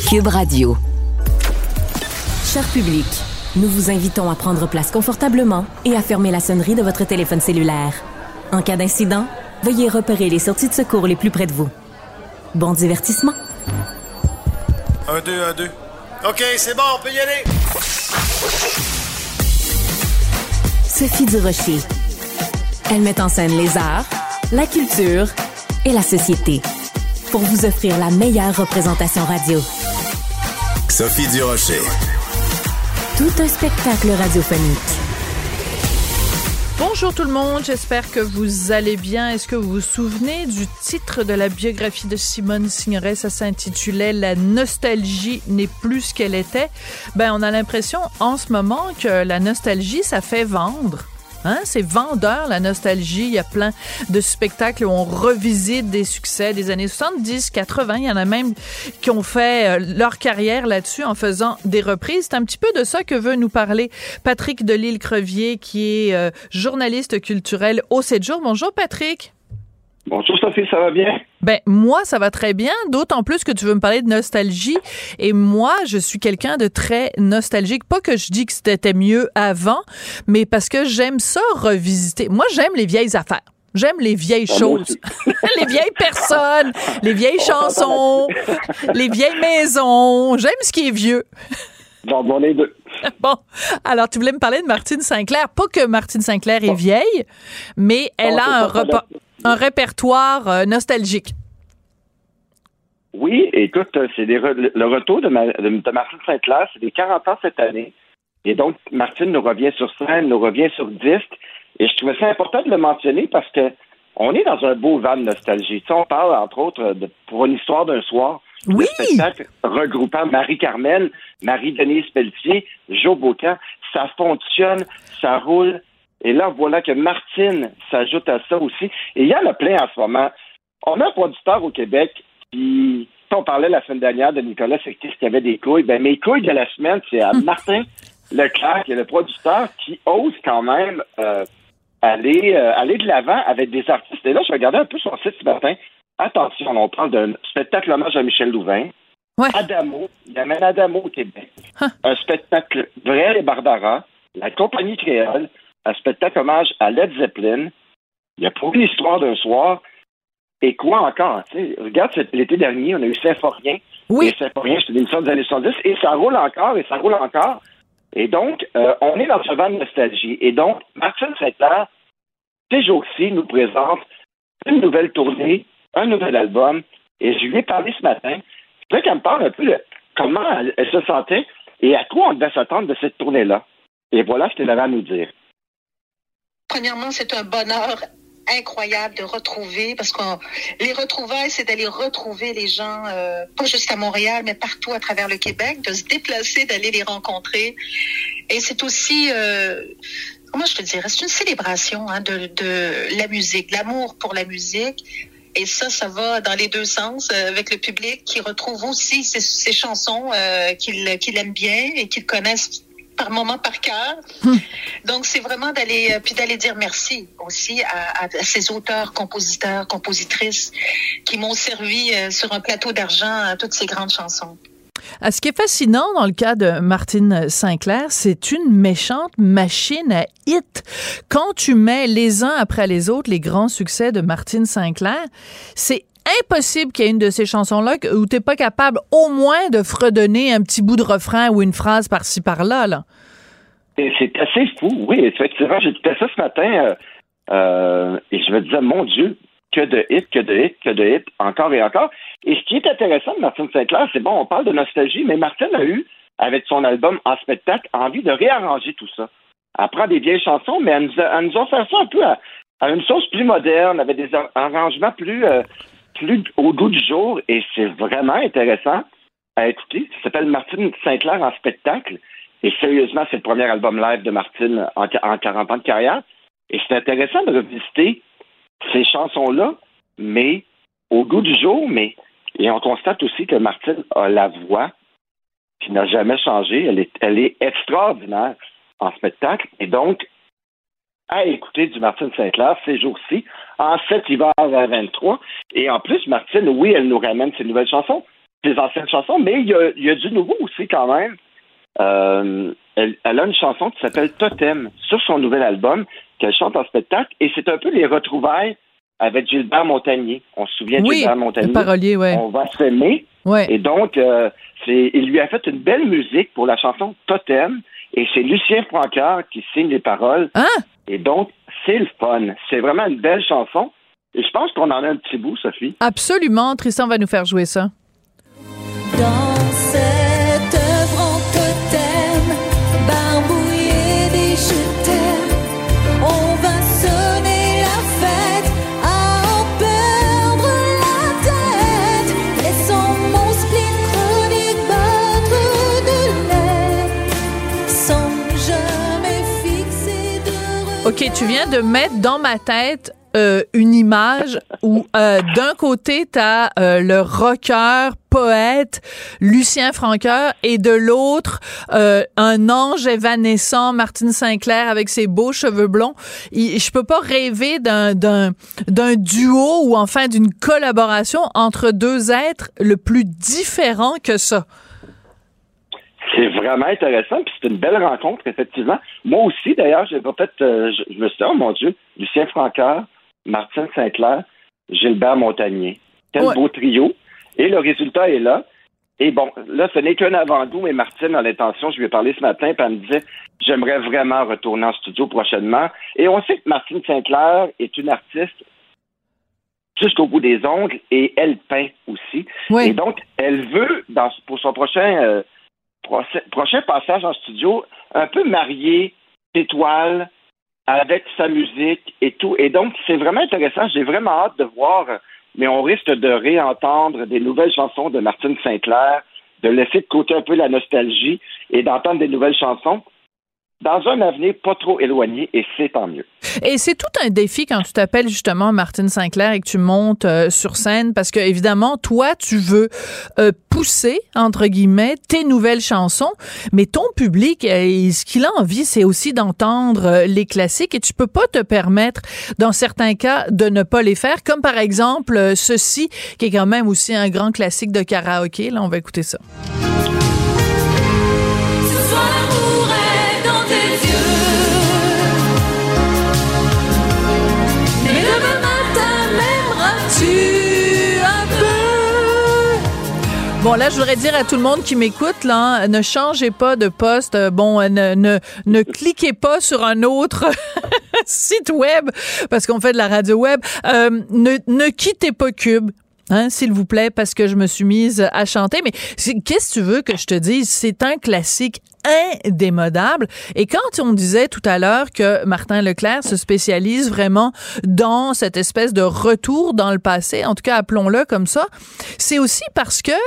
Cube Radio. Cher public, nous vous invitons à prendre place confortablement et à fermer la sonnerie de votre téléphone cellulaire. En cas d'incident, veuillez repérer les sorties de secours les plus près de vous. Bon divertissement. 1, 2, 1, 2. OK, c'est bon, on peut y aller. Sophie Durocher. Elle met en scène les arts, la culture et la société pour vous offrir la meilleure représentation radio. Sophie Durocher. Tout un spectacle radiophonique. Bonjour tout le monde, j'espère que vous allez bien. Est-ce que vous vous souvenez du titre de la biographie de Simone Signoret? Ça s'intitulait « La nostalgie n'est plus ce qu'elle était ». Ben, on a l'impression en ce moment que la nostalgie, ça fait vendre. Hein? C'est vendeur, la nostalgie. Il y a plein de spectacles où on revisite des succès des années 70, 80. Il y en a même qui ont fait leur carrière là-dessus en faisant des reprises. C'est un petit peu de ça que veut nous parler Patrick Delisle-Crevier, qui est journaliste culturel au 7 jours. Bonjour, Patrick. Bonjour Sophie, ça va bien? Ben, moi, ça va très bien, d'autant plus que tu veux me parler de nostalgie. Et moi, je suis quelqu'un de très nostalgique. Pas que je dis que c'était mieux avant, mais parce que j'aime ça revisiter. Moi, j'aime les vieilles affaires. J'aime les vieilles choses. Les vieilles personnes, les vieilles chansons, les vieilles maisons. J'aime ce qui est vieux. Bon, les deux. Bon, alors tu voulais me parler de Martine Sinclair. Pas que Martine Sinclair est vieille, mais elle a un répertoire nostalgique. Oui, écoute, c'est le retour de Martine Sinclair, c'est des 40 ans cette année. Et donc, Martine nous revient sur scène, nous revient sur disque. Et je trouvais ça important de le mentionner parce que on est dans un beau vent de nostalgie. Tu sais, on parle, entre autres, pour une histoire d'un soir. Oui! Le spectacle regroupant Marie-Carmen, Marie-Denise Pelletier, Joe Bocan. Ça fonctionne, ça roule. Et là, voilà que Martine s'ajoute à ça aussi. Et il y en a plein en ce moment. On a un producteur au Québec qui... On parlait la semaine dernière de Nicolas Sectis qui avait des couilles. Ben, mes couilles de la semaine, c'est à Martin Leclerc, qui est le producteur, qui ose quand même aller de l'avant avec des artistes. Et là, je regardais un peu son site ce matin. Attention, on parle d'un spectacle hommage à Michel Louvain. Ouais. Adamo, il amène Adamo au Québec. Un spectacle Vrai et Barbara, la compagnie créole, un spectacle hommage à Led Zeppelin. Il y a pour l'histoire d'un soir. Et quoi encore? Regarde, l'été dernier, on a eu Symphorien. Oui. Et Symphorien, c'était l'émission des années 70. Et ça roule encore, et ça roule encore. Et donc, on est dans ce vent de nostalgie. Et donc, Martine Sinclair, ces jours-ci, nous présente une nouvelle tournée, un nouvel album. Et je lui ai parlé ce matin. Je voulais qu'elle me parle un peu de comment elle se sentait et à quoi on devait s'attendre de cette tournée-là. Et voilà ce qu'elle avait à nous dire. Premièrement, c'est un bonheur incroyable de retrouver, parce que les retrouvailles, c'est d'aller retrouver les gens, pas juste à Montréal, mais partout à travers le Québec, de se déplacer, d'aller les rencontrer. Et c'est aussi, comment je te dirais, c'est une célébration de la musique, l'amour pour la musique. Et ça va dans les deux sens, avec le public qui retrouve aussi ces chansons qu'il aime bien et qu'il connaissent par moment, par cœur. Donc, c'est vraiment d'aller dire merci aussi à ces auteurs, compositeurs, compositrices qui m'ont servi sur un plateau d'argent toutes ces grandes chansons. Ce qui est fascinant dans le cas de Martine Sinclair, c'est une méchante machine à hit. Quand tu mets les uns après les autres les grands succès de Martine Sinclair, c'est impossible qu'il y ait une de ces chansons-là où t'es pas capable au moins de fredonner un petit bout de refrain ou une phrase par-ci, par-là, là. Et c'est assez fou, oui. Effectivement, j'écoutais ça ce matin et je me disais, mon Dieu, que de hits, encore et encore. Et ce qui est intéressant de Martine Sinclair, c'est bon, on parle de nostalgie, mais Martine a eu, avec son album en spectacle, envie de réarranger tout ça. Elle prend des vieilles chansons, mais elle nous a fait ça un peu à une sauce plus moderne, avec des arrangements plus au goût du jour, et c'est vraiment intéressant à écouter. Ça s'appelle Martine Sinclair en spectacle, et sérieusement, c'est le premier album live de Martine en 40 ans de carrière, et c'est intéressant de revisiter ces chansons-là, mais au goût du jour, et on constate aussi que Martine a la voix qui n'a jamais changé, elle est extraordinaire en spectacle, et donc, à écouter du Martine Sinclair ces jours-ci, en cet hiver 23. Et en plus, Martine, oui, elle nous ramène ses nouvelles chansons, ses anciennes chansons, mais il y a du nouveau aussi quand même. Elle a une chanson qui s'appelle Totem sur son nouvel album qu'elle chante en spectacle et c'est un peu les retrouvailles avec Gilbert Montagnier. On se souvient de Gilbert Montagnier. Le parolier, ouais. On va s'aimer. Ouais. Et donc, il lui a fait une belle musique pour la chanson Totem et c'est Lucien Francoeur qui signe les paroles. Hein? Et donc, c'est le fun. C'est vraiment une belle chanson. Et je pense qu'on en a un petit bout, Sophie. Absolument. Tristan va nous faire jouer ça. Dans cette œuvre en totem, barbouillée des je t'aime, on va sonner la fête à en perdre la tête. Laissons mon spleen chronique battre de l'air, sans jamais fixer de... OK, tu viens de mettre dans ma tête une image où d'un côté t'as le rocker poète Lucien Francoeur et de l'autre un ange évanescent Martine Sinclair avec ses beaux cheveux blonds. Je peux pas rêver d'un duo ou enfin d'une collaboration entre deux êtres le plus différents que ça. C'est vraiment intéressant, puis c'est une belle rencontre, effectivement. Moi aussi, d'ailleurs, je me suis dit, oh mon Dieu, Lucien Francoeur, Martine Sinclair, Gilbert Montagnier. Quel beau trio. Et le résultat est là. Et bon, là, ce n'est qu'un avant-goût, mais Martine a l'intention, je lui ai parlé ce matin, puis elle me disait, j'aimerais vraiment retourner en studio prochainement. Et on sait que Martine Sinclair est une artiste jusqu'au bout des ongles, et elle peint aussi. Oui. Et donc, elle veut, pour son prochain passage en studio, un peu marier ses toiles avec sa musique et tout. Et donc, c'est vraiment intéressant. J'ai vraiment hâte de voir, mais on risque de réentendre des nouvelles chansons de Martine Sinclair, de laisser de côté un peu la nostalgie et d'entendre des nouvelles chansons dans un avenir pas trop éloigné, et c'est tant mieux. Et c'est tout un défi quand tu t'appelles justement Martine Sinclair et que tu montes sur scène, parce que évidemment, toi, tu veux pousser, entre guillemets, tes nouvelles chansons, mais ton public, ce qu'il a envie, c'est aussi d'entendre les classiques, et tu peux pas te permettre, dans certains cas, de ne pas les faire, comme par exemple ceci, qui est quand même aussi un grand classique de karaoké. Là, on va écouter ça. Bon, là, je voudrais dire à tout le monde qui m'écoute, là, ne changez pas de poste. Bon, ne cliquez pas sur un autre site web parce qu'on fait de la radio web. Ne quittez pas Cube. Hein, s'il vous plaît, parce que je me suis mise à chanter. Mais qu'est-ce que tu veux que je te dise? C'est un classique indémodable. Et quand on disait tout à l'heure que Martin Leclerc se spécialise vraiment dans cette espèce de retour dans le passé, en tout cas appelons-le comme ça, c'est aussi parce que,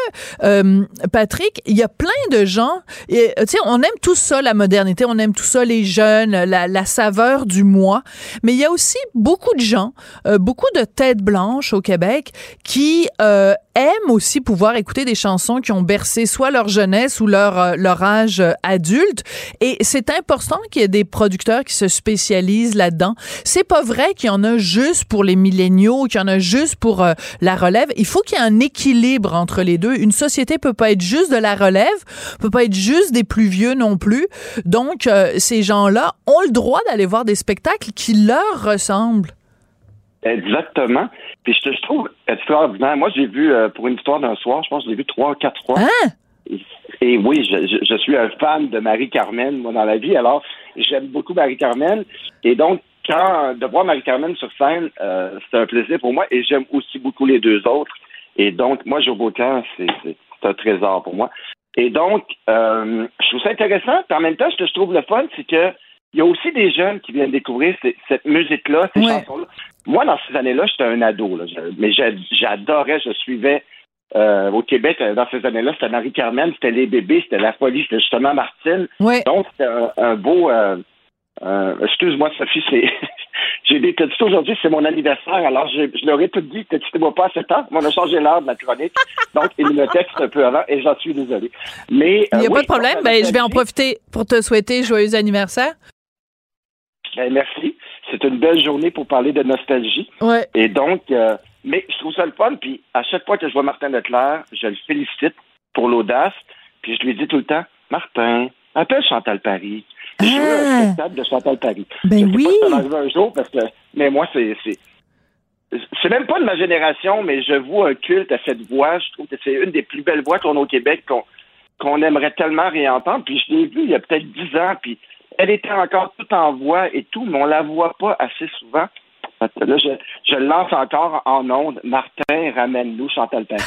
Patrick, il y a plein de gens, tu sais, on aime tout ça, la modernité, on aime tout ça, les jeunes, la saveur du moi, mais il y a aussi beaucoup de gens, beaucoup de têtes blanches au Québec qui aiment aussi pouvoir écouter des chansons qui ont bercé soit leur jeunesse ou leur âge adulte. Et c'est important qu'il y ait des producteurs qui se spécialisent là-dedans. C'est pas vrai qu'il y en a juste pour les milléniaux, qu'il y en a juste pour la relève. Il faut qu'il y ait un équilibre entre les deux. Une société peut pas être juste de la relève, peut pas être juste des plus vieux non plus. Donc, ces gens-là ont le droit d'aller voir des spectacles qui leur ressemblent. Exactement. Puis je trouve extraordinaire. Moi, j'ai vu, pour une histoire d'un soir, je pense que j'ai vu 3 ou 4 fois. Hein? Et oui, je suis un fan de Marie-Carmen, moi, dans la vie. Alors, j'aime beaucoup Marie-Carmen. Et donc, de voir Marie-Carmen sur scène, c'est un plaisir pour moi. Et j'aime aussi beaucoup les deux autres. Et donc, moi, Joe Bocan, c'est un trésor pour moi. Et donc, je trouve ça intéressant. Puis en même temps, ce que je trouve le fun, c'est que il y a aussi des jeunes qui viennent découvrir cette musique-là, ces chansons-là. Moi, dans ces années-là, j'étais un ado. Là, mais j'adorais, je suivais au Québec, dans ces années-là, c'était Marie-Carmen, c'était Les Bébés, c'était La Folie, c'était justement Martine. Ouais. Donc, c'était un beau... excuse-moi, Sophie, j'ai des textos aujourd'hui, c'est mon anniversaire, alors je leur ai tout dit, textez-moi pas à 7 ans, on a changé l'heure de la chronique, donc ils me textent un peu avant, et j'en suis désolé. Mais il n'y a pas de problème, je vais en profiter pour te souhaiter joyeux anniversaire. Ben, merci. C'est une belle journée pour parler de nostalgie. Ouais. Et donc, Mais je trouve ça le fun, puis à chaque fois que je vois Martin Leclerc, je le félicite pour l'audace, puis je lui dis tout le temps, Martin, appelle Chantal Paris. Je veux un spectacle de Chantal Paris. Ben je sais oui. pas si ça va arriver un jour, mais moi, c'est même pas de ma génération, mais je vois un culte à cette voix. Je trouve que c'est une des plus belles voix qu'on a au Québec, qu'on aimerait tellement réentendre. Puis je l'ai vue il y a peut-être 10 ans, puis elle était encore toute en voix et tout, mais on la voit pas assez souvent. Là, je le lance encore en ondes. Martin, ramène-nous Chantal Paris.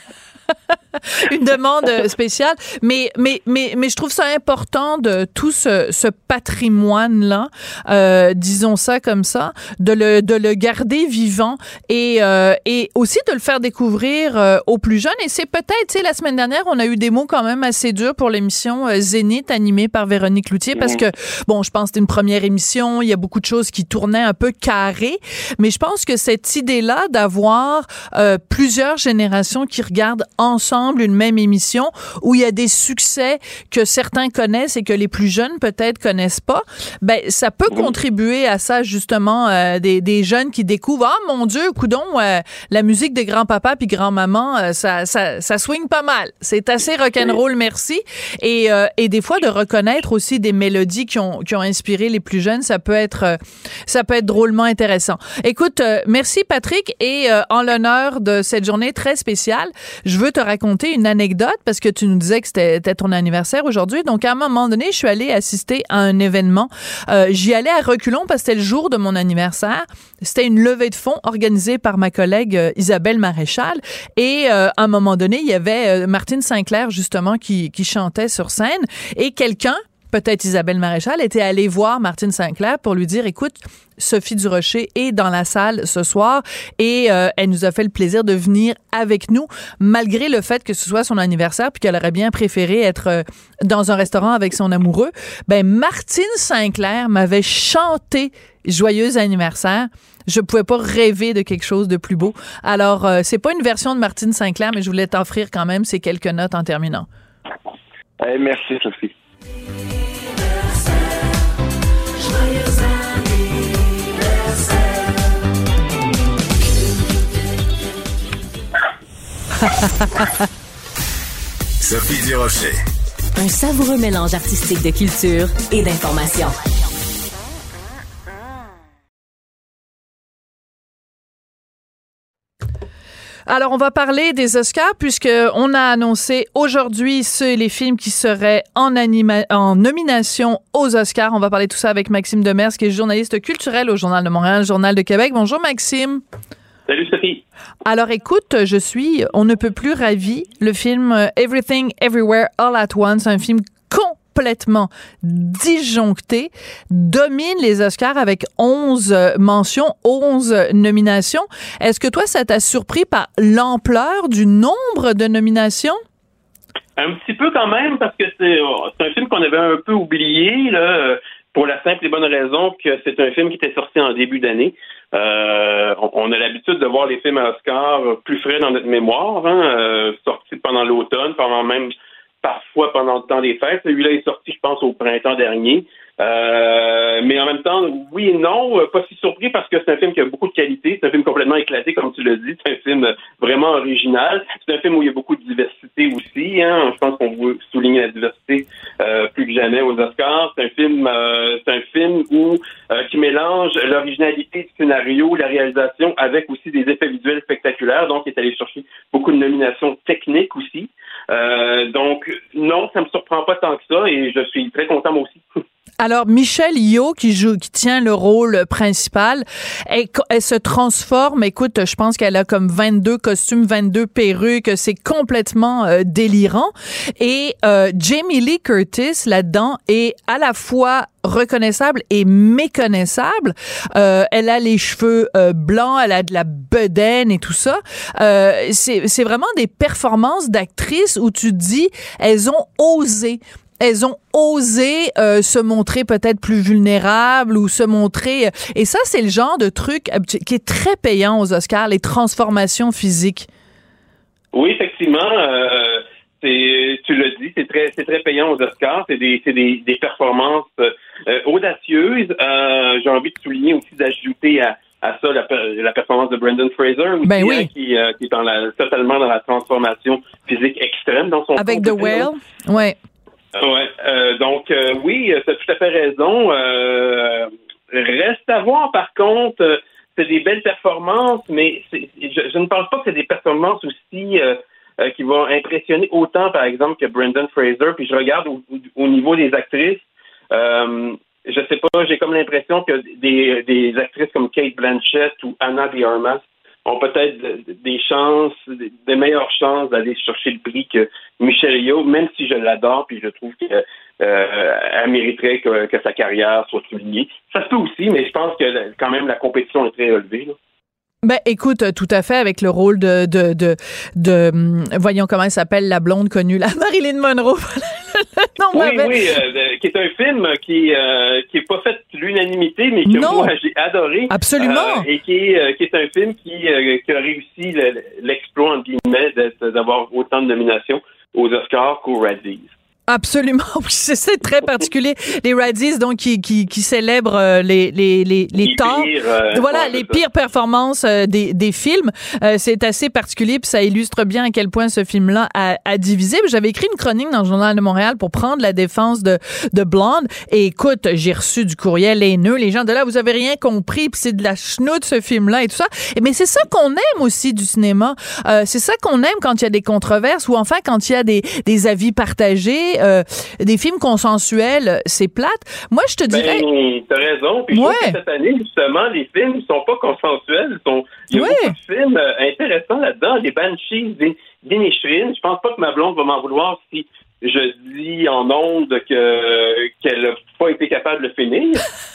Une demande spéciale, mais je trouve ça important de tout ce patrimoine-là, disons ça comme ça, de le garder vivant et aussi de le faire découvrir aux plus jeunes. Et c'est peut-être, tu sais, la semaine dernière, on a eu des mots quand même assez durs pour l'émission Zénith animée par Véronique Cloutier parce que, bon, je pense que c'était une première émission, il y a beaucoup de choses qui tournaient un peu carrées, mais je pense que cette idée-là d'avoir plusieurs générations qui regardent ensemble une même émission où il y a des succès que certains connaissent et que les plus jeunes peut-être connaissent pas, ben ça peut contribuer à ça justement, des jeunes qui découvrent, ah mon Dieu, coudon, la musique des grands-papas puis grand-maman, ça swing pas mal, c'est assez rock'n'roll, merci, et des fois de reconnaître aussi des mélodies qui ont inspiré les plus jeunes, ça peut être drôlement intéressant. Écoute, merci Patrick, et en l'honneur de cette journée très spéciale, je veux te raconter une anecdote parce que tu nous disais que c'était ton anniversaire aujourd'hui. Donc, à un moment donné, je suis allée assister à un événement. J'y allais à reculons parce que c'était le jour de mon anniversaire. C'était une levée de fonds organisée par ma collègue Isabelle Maréchal. Et à un moment donné, il y avait Martine Sinclair, justement, qui chantait sur scène. Et quelqu'un, peut-être Isabelle Maréchal, était allée voir Martine Sinclair pour lui dire, écoute, Sophie Durocher est dans la salle ce soir et elle nous a fait le plaisir de venir avec nous, malgré le fait que ce soit son anniversaire puis qu'elle aurait bien préféré être dans un restaurant avec son amoureux. Ben, Martine Sinclair m'avait chanté joyeux anniversaire. Je pouvais pas rêver de quelque chose de plus beau. Alors, c'est pas une version de Martine Sinclair, mais je voulais t'offrir quand même ces quelques notes en terminant. Merci, Sophie. Sophie Durocher. Un savoureux mélange artistique de culture et d'information. Alors, on va parler des Oscars puisqu'on a annoncé aujourd'hui les films qui seraient en nomination aux Oscars. On va parler de tout ça avec Maxime Demers, qui est journaliste culturel au Journal de Montréal, Journal de Québec. Bonjour, Maxime. Salut, Sophie. Alors, écoute, on ne peut plus ravi. Le film Everything, Everywhere, All at Once, un film complètement disjoncté, domine les Oscars avec 11 mentions, 11 nominations. Est-ce que toi, ça t'a surpris par l'ampleur du nombre de nominations? Un petit peu quand même, parce que c'est un film qu'on avait un peu oublié, là, pour la simple et bonne raison que c'est un film qui était sorti en début d'année. On a l'habitude de voir les films à Oscar plus frais dans notre mémoire, sortis pendant l'automne, parfois pendant le temps des fêtes. Celui-là est sorti, je pense, au printemps dernier. Mais en même temps, oui et non, pas si surpris parce que c'est un film qui a beaucoup de qualité. C'est un film complètement éclaté, comme tu l'as dit. C'est un film vraiment original. C'est un film où il y a beaucoup de diversité aussi. Je pense qu'on veut souligner la diversité plus que jamais aux Oscars. C'est un film qui mélange l'originalité du scénario, la réalisation, avec aussi des effets visuels spectaculaires. Donc, il est allé chercher beaucoup de nominations techniques aussi. Donc, non, ça me surprend pas tant que ça et je suis très content moi aussi. Alors, Michelle Yeoh, qui tient le rôle principal, elle se transforme. Écoute, je pense qu'elle a comme 22 costumes, 22 perruques. C'est complètement délirant. Et Jamie Lee Curtis, là-dedans, est à la fois reconnaissable et méconnaissable. Elle a les cheveux blancs, elle a de la bedaine et tout ça. C'est vraiment des performances d'actrices où tu te dis, elles ont osé se montrer peut-être plus vulnérables ou se montrer... Et ça, c'est le genre de truc qui est très payant aux Oscars, les transformations physiques. Oui, effectivement. Tu l'as dit, c'est très payant aux Oscars. C'est des performances audacieuses. J'ai envie de souligner aussi, d'ajouter à ça la performance de Brendan Fraser aussi, ben oui. qui est totalement dans la transformation physique extrême dans son avec The Whale, ouais. Donc oui, tu as tout à fait raison. Reste à voir par contre, c'est des belles performances, mais je ne pense pas que c'est des performances aussi qui vont impressionner autant, par exemple, que Brendan Fraser. Puis je regarde au niveau des actrices, je sais pas, j'ai comme l'impression que des actrices comme Cate Blanchett ou Ana de Armas ont peut-être des meilleures chances d'aller chercher le prix que Michelle Yeoh, même si je l'adore, puis je trouve qu'elle mériterait que sa carrière soit soulignée. Ça se peut aussi, mais je pense que quand même la compétition est très élevée, là. Ben, écoute, tout à fait, avec le rôle de voyons comment elle s'appelle, la blonde connue, la Marilyn Monroe. Oui, qui est un film qui est pas fait l'unanimité, mais que moi j'ai adoré. Absolument. Et qui est un film qui a réussi l'exploit, entre guillemets, d'avoir autant de nominations aux Oscars qu'aux Razzies. Absolument, c'est très particulier. Les Razzies, donc, qui célèbrent les torts, les pires performances des films. C'est assez particulier, puis ça illustre bien à quel point ce film-là a divisé. J'avais écrit une chronique dans le Journal de Montréal pour prendre la défense de Blonde. Et écoute, j'ai reçu du courriel haineux. Les gens de là, vous avez rien compris, puis c'est de la chenoute, ce film-là et tout ça. Mais c'est ça qu'on aime aussi du cinéma. C'est ça qu'on aime quand il y a des controverses ou enfin quand il y a des avis partagés. Des films consensuels, c'est plate. Moi, je te dirais... t'as raison. Puis je trouve que cette année, justement, les films ne sont pas consensuels. Il y a beaucoup de films intéressants là-dedans. Les Banshees d'Inisherin. Je pense pas que ma blonde va m'en vouloir si je dis en ondes qu'elle n'a pas été capable de le finir.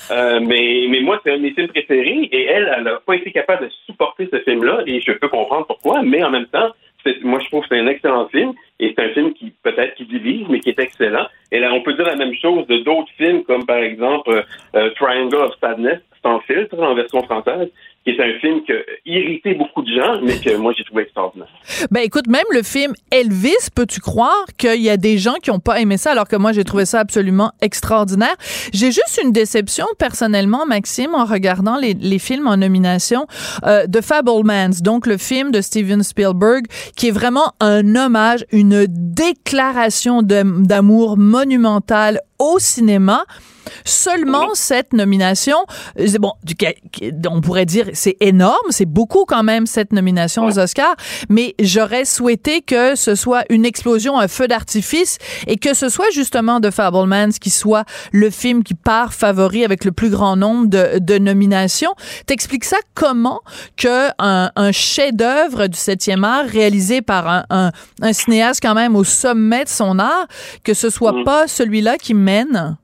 Mais moi, c'est un de mes films préférés. Et elle n'a pas été capable de supporter ce film-là. Et je peux comprendre pourquoi. Mais en même temps, moi, je trouve que c'est un excellent film, et c'est un film qui, peut-être, qui divise, mais qui est excellent. Et là, on peut dire la même chose de d'autres films, comme par exemple Triangle of Sadness, sans filtre, en version française, qui est un film qui a irrité beaucoup de gens, mais que moi, j'ai trouvé extraordinaire. Ben, écoute, même le film Elvis, peux-tu croire qu'il y a des gens qui n'ont pas aimé ça, alors que moi, j'ai trouvé ça absolument extraordinaire. J'ai juste une déception, personnellement, Maxime, en regardant les films en nomination de Fabelmans, donc le film de Steven Spielberg, qui est vraiment un hommage, une déclaration d'amour monumentale au cinéma. Seulement cette nomination, bon, on pourrait dire c'est énorme, c'est beaucoup quand même cette nomination aux Oscars, mais j'aurais souhaité que ce soit une explosion, un feu d'artifice, et que ce soit justement The Fabelmans qui soit le film qui part favori avec le plus grand nombre de nominations. T'expliques ça comment que un chef-d'œuvre du 7e art réalisé par un cinéaste quand même au sommet de son art, que ce soit pas celui-là qui mène?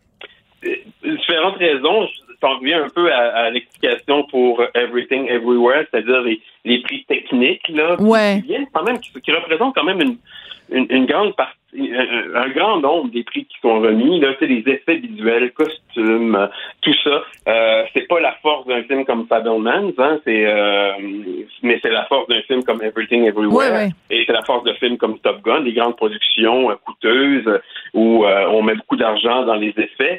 Différentes raisons. T'en reviens un peu à l'explication pour Everything Everywhere, c'est-à-dire les prix techniques là, qui viennent quand même, qui représentent quand même une grande partie, un grand nombre des prix qui sont remis. Là, tu sais, les effets visuels, costumes, tout ça. C'est pas la force d'un film comme Fabelmans, hein, mais c'est la force d'un film comme Everything Everywhere. Et c'est la force de films comme Top Gun, des grandes productions coûteuses où on met beaucoup d'argent dans les effets.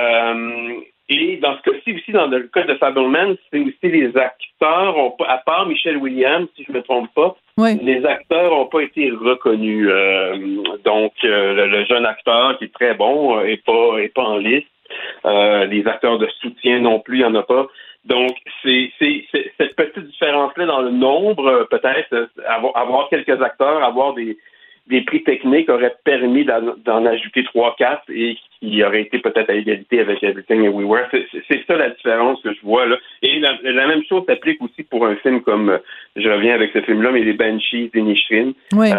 Et dans ce cas-ci aussi, dans le cas de Fabelmans, c'est aussi les acteurs, à part Michelle Williams, si je me trompe pas, les acteurs n'ont pas été reconnus. Donc, le jeune acteur qui est très bon est pas en liste. Les acteurs de soutien non plus, il n'y en a pas. Donc, c'est cette petite différence-là dans le nombre, peut-être, avoir quelques acteurs, avoir des prix techniques aurait permis d'en ajouter 3-4 et qui aurait été peut-être à égalité avec Everything Everywhere. C'est ça la différence que je vois là. Et la même chose s'applique aussi pour un film comme, je reviens avec ce film-là, mais les Banshees d'Inisherin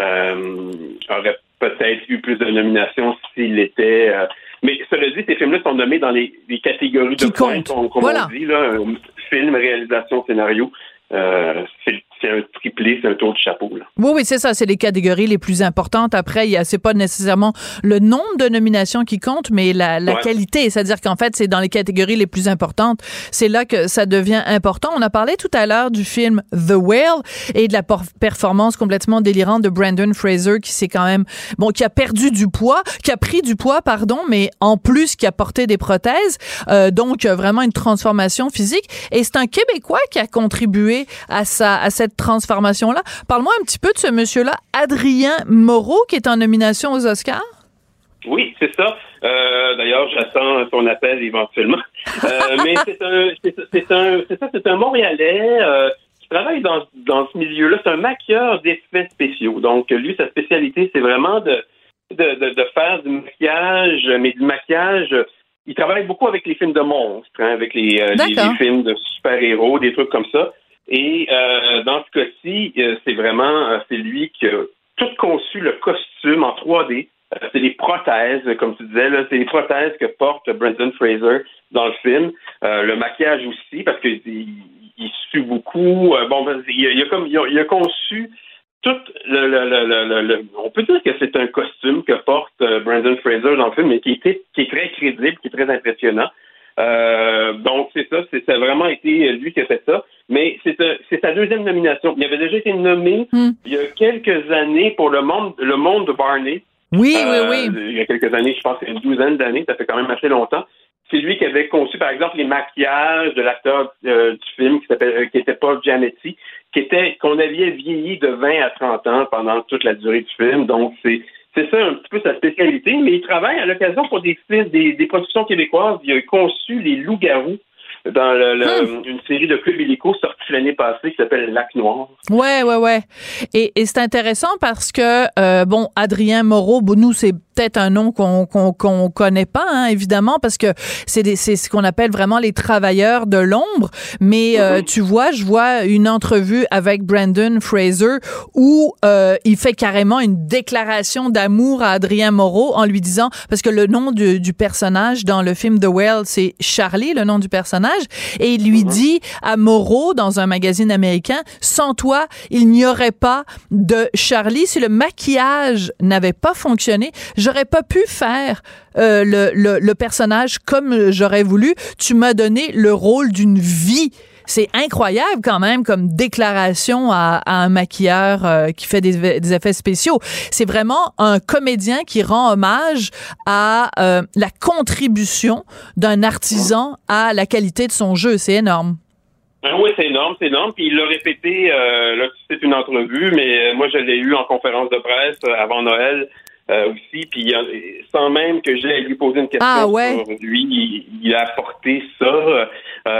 aurait peut-être eu plus de nominations s'il était... mais cela dit, ces films-là sont nommés dans les catégories de points, comme on dit, là, film, réalisation, scénario. c'est un triplé, c'est un tour de chapeau. Là. Oui, c'est ça. C'est les catégories les plus importantes. Après, c'est pas nécessairement le nombre de nominations qui compte, mais la qualité. C'est-à-dire qu'en fait, c'est dans les catégories les plus importantes. C'est là que ça devient important. On a parlé tout à l'heure du film The Whale et de la performance complètement délirante de Brendan Fraser qui s'est quand même, qui a perdu du poids, qui a pris du poids, mais en plus qui a porté des prothèses. Donc, vraiment une transformation physique. Et c'est un Québécois qui a contribué à cette transformation-là. Parle-moi un petit peu de ce monsieur-là, Adrien Moreau, qui est en nomination aux Oscars. Oui, c'est ça. D'ailleurs, j'attends ton appel éventuellement. Mais c'est un Montréalais qui travaille dans ce milieu-là. C'est un maquilleur d'effets spéciaux. Donc, lui, sa spécialité, c'est vraiment de faire du maquillage, mais du maquillage. Il travaille beaucoup avec les films de monstres, avec les films de super-héros, des trucs comme ça. Et dans ce cas-ci, c'est lui qui a tout conçu le costume en 3D. C'est les prothèses, comme tu disais, là, c'est les prothèses que porte Brendan Fraser dans le film. Le maquillage aussi, parce qu'il sue beaucoup. Il a conçu tout on peut dire que c'est un costume que porte Brendan Fraser dans le film, mais qui est très crédible, qui est très impressionnant. Donc c'est ça, ça a vraiment été lui qui a fait ça. Mais c'est sa deuxième nomination. Il avait déjà été nommé il y a quelques années pour le monde de Barney. Oui. Il y a quelques années, je pense, une douzaine d'années, ça fait quand même assez longtemps. C'est lui qui avait conçu, par exemple, les maquillages de l'acteur du film qui était Paul Giamatti, qu'on avait vieilli de 20 à 30 ans pendant toute la durée du film. Donc, c'est ça un petit peu sa spécialité. Mais il travaille à l'occasion pour des productions québécoises. Il a conçu les Loups-garous dans une série de clubs illico sortie l'année passée qui s'appelle Lac Noir. Ouais. Et c'est intéressant parce que, Adrien Moreau, nous, c'est peut-être un nom qu'on connaît pas, hein, évidemment, parce que c'est ce qu'on appelle vraiment les travailleurs de l'ombre. Mais tu vois, je vois une entrevue avec Brendan Fraser où il fait carrément une déclaration d'amour à Adrien Moreau en lui disant, parce que le nom du personnage dans le film The Whale, c'est Charlie, le nom du personnage, et il lui dit à Moreau dans un magazine américain, sans toi, il n'y aurait pas de Charlie. Si le maquillage n'avait pas fonctionné, j'aurais pas pu faire le personnage comme j'aurais voulu. Tu m'as donné le rôle d'une vie. C'est incroyable quand même comme déclaration à un maquilleur qui fait des effets spéciaux. C'est vraiment un comédien qui rend hommage à la contribution d'un artisan à la qualité de son jeu. C'est énorme. Oui, c'est énorme. Puis il l'a répété, là, c'est une entrevue, mais moi, je l'ai eu en conférence de presse avant Noël aussi. Puis sans même que j'aie lui posé une question sur lui, il a apporté ça.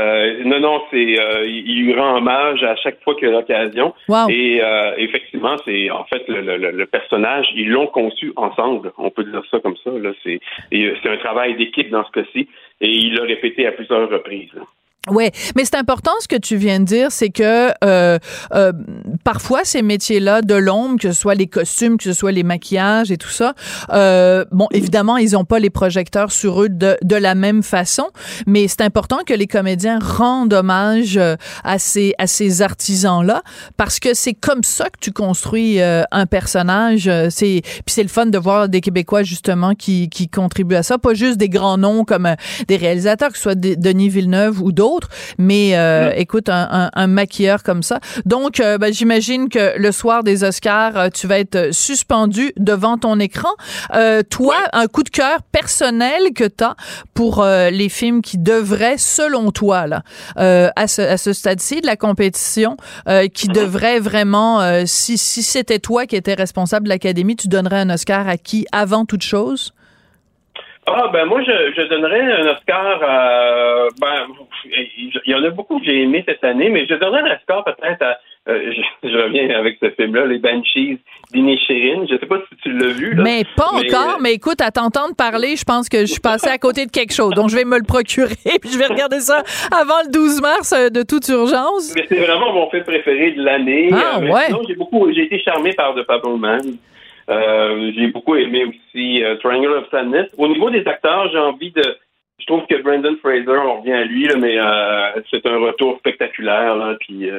Il lui rend hommage à chaque fois qu'il a l'occasion. Wow. Et effectivement, c'est en fait le personnage, ils l'ont conçu ensemble. On peut dire ça comme ça. Là, c'est un travail d'équipe dans ce cas-ci. Et il l'a répété à plusieurs reprises. Là. Ouais, mais c'est important ce que tu viens de dire, c'est que parfois ces métiers-là de l'ombre, que ce soit les costumes, que ce soit les maquillages et tout ça, évidemment ils ont pas les projecteurs sur eux de la même façon, mais c'est important que les comédiens rendent hommage à ces artisans-là, parce que c'est comme ça que tu construis un personnage. Puis c'est le fun de voir des Québécois justement qui contribuent à ça, pas juste des grands noms comme des réalisateurs, que ce soit Denis Villeneuve ou d'autres. Mais écoute, un maquilleur comme ça. Donc, j'imagine que le soir des Oscars, tu vas être suspendu devant ton écran. Toi, un coup de cœur personnel que t'as pour les films qui devraient, selon toi, là, à ce stade-ci de la compétition, qui devraient vraiment, si c'était toi qui étais responsable de l'Académie, tu donnerais un Oscar à qui avant toute chose? Moi, je donnerais un Oscar il y en a beaucoup que j'ai aimé cette année, mais je donnerais un Oscar peut-être à je reviens avec ce film-là, les Banshees d'Inisherin. Je sais pas si tu l'as vu, là. Mais pas encore, mais écoute, à t'entendre parler, je pense que je suis passée à côté de quelque chose. Donc, je vais me le procurer, puis je vais regarder ça avant le 12 mars de toute urgence. Mais c'est vraiment mon film préféré de l'année. Sinon, j'ai été charmé par The Fabelmans. J'ai beaucoup aimé aussi Triangle of Sadness. Au niveau des acteurs, j'ai envie de Je trouve que Brendan Fraser, on revient à lui, là, mais c'est un retour spectaculaire. Là, puis